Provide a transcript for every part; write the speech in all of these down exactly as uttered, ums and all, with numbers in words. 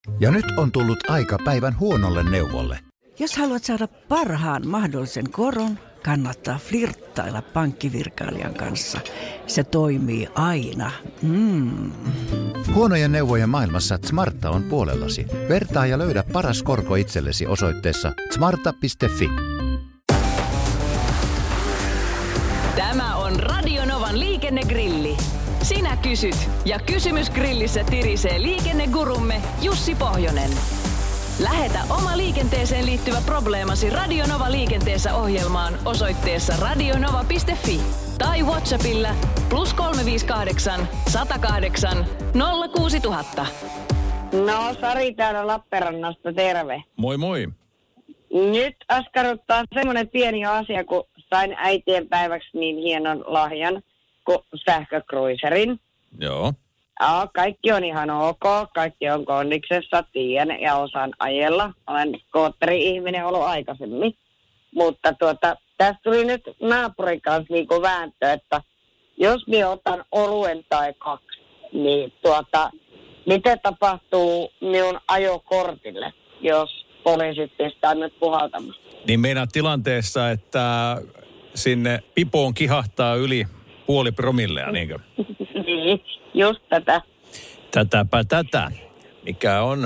Ja nyt on tullut aika päivän huonolle neuvolle. Jos haluat saada parhaan mahdollisen koron, kannattaa flirttailla pankkivirkailijan kanssa. Se toimii aina. Mm. Huonojen neuvojen maailmassa Smarta on puolellasi. Vertaa ja löydä paras korko itsellesi osoitteessa smarta piste fi. Tämä on Radio Novan liikennegrilli. Sinä kysyt ja kysymys grillissä tirisee liikennegurumme Jussi Pohjonen. Lähetä oma liikenteeseen liittyvä probleemasi Radio Nova liikenteessä ohjelmaan osoitteessa radionova piste fi tai WhatsAppilla plus kolme viisi kahdeksan, sata kahdeksan, nolla kuusi tuhatta. No, Sari täällä Lappeenrannasta, terve. Moi moi. Nyt askarruttaa semmoinen pieni asia, kun sain äitien päiväksi niin hienon lahjan kuin sähkökruiserin. Joo. Ja, kaikki on ihan ok, kaikki on kondiksessa, tiedän ja osaan ajella. Olen kootteri-ihminen ollut aikaisemmin. Mutta tuota, tässä tuli nyt naapurin kanssa niinku vääntö, että jos minä otan oluen tai kaksi, niin tuota, miten tapahtuu minun ajokortille, jos poliisit pistää nyt puhaltamaan? Niin meidän tilanteessa, että sinne pipoon kihahtaa yli puoli promillea, niinkö? Niin, just tätä. Tätäpä tätä. Mikä on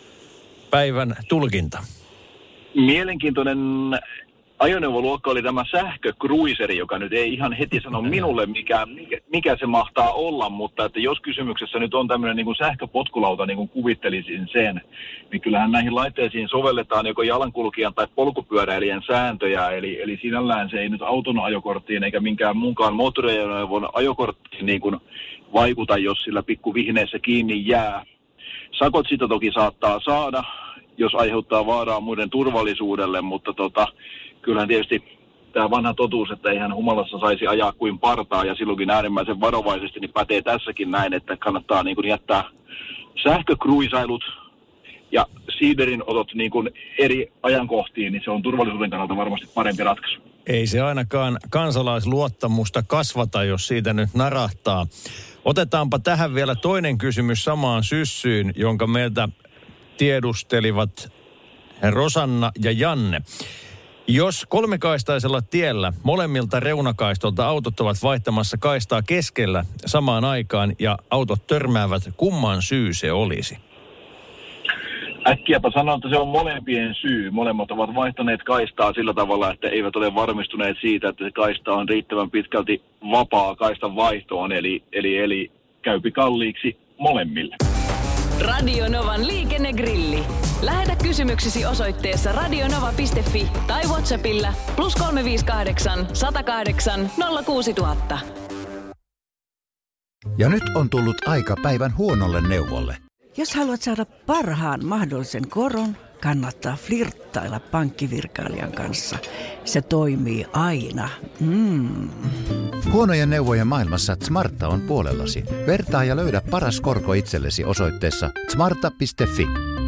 päivän tulkinta? Mielenkiintoinen ajoneuvoluokka oli tämä sähkökruiseri, joka nyt ei ihan heti sano minulle, mikä, mikä, mikä se mahtaa olla, mutta että jos kysymyksessä nyt on tämmöinen niin kuin sähköpotkulauta, niin kuin kuvittelisin sen, niin kyllähän näihin laitteisiin sovelletaan joko jalankulkijan tai polkupyöräilijän sääntöjä, eli, eli sinällään se ei nyt auton ajokorttiin eikä minkään muunkaan moottoriajoneuvon ajokorttiin niin kuin vaikuta, jos sillä pikku vihneessä kiinni jää. Sakot sitä toki saattaa saada, jos aiheuttaa vaaraa muiden turvallisuudelle, mutta tota, kyllähän tietysti tämä vanha totuus, että eihän humalassa saisi ajaa kuin partaa ja silloinkin äärimmäisen varovaisesti, niin pätee tässäkin näin, että kannattaa niin kuin jättää sähkökruisailut ja siiderin otot niin kuin eri ajankohtiin, niin se on turvallisuuden kannalta varmasti parempi ratkaisu. Ei se ainakaan kansalaisluottamusta kasvata, jos siitä nyt narahtaa. Otetaanpa tähän vielä toinen kysymys samaan syssyyn, jonka meiltä tiedustelivat Rosanna ja Janne. Jos kolmikaistaisella tiellä molemmilta reunakaistolta autot ovat vaihtamassa kaistaa keskellä samaan aikaan ja autot törmäävät, kumman syy se olisi? Äkkiäpä sanon, että se on molempien syy. Molemmat ovat vaihtaneet kaistaa sillä tavalla, että eivät ole varmistuneet siitä, että se kaista on riittävän pitkälti vapaa kaistan vaihtoon, eli, eli, eli käypi kalliiksi molemmille. Radio Novan liikennegrilli. Lähetä kysymyksesi osoitteessa radionova piste fi tai WhatsAppilla plus kolme viisi kahdeksan, sata kahdeksan, nolla kuusi tuhatta. Ja nyt on tullut aika päivän huonolle neuvolle. Jos haluat saada parhaan mahdollisen koron, kannattaa flirttailla pankkivirkailijan kanssa. Se toimii aina. Mm. Huonojen neuvojen maailmassa Smarta on puolellasi. Vertaa ja löydä paras korko itsellesi osoitteessa smarta piste fi.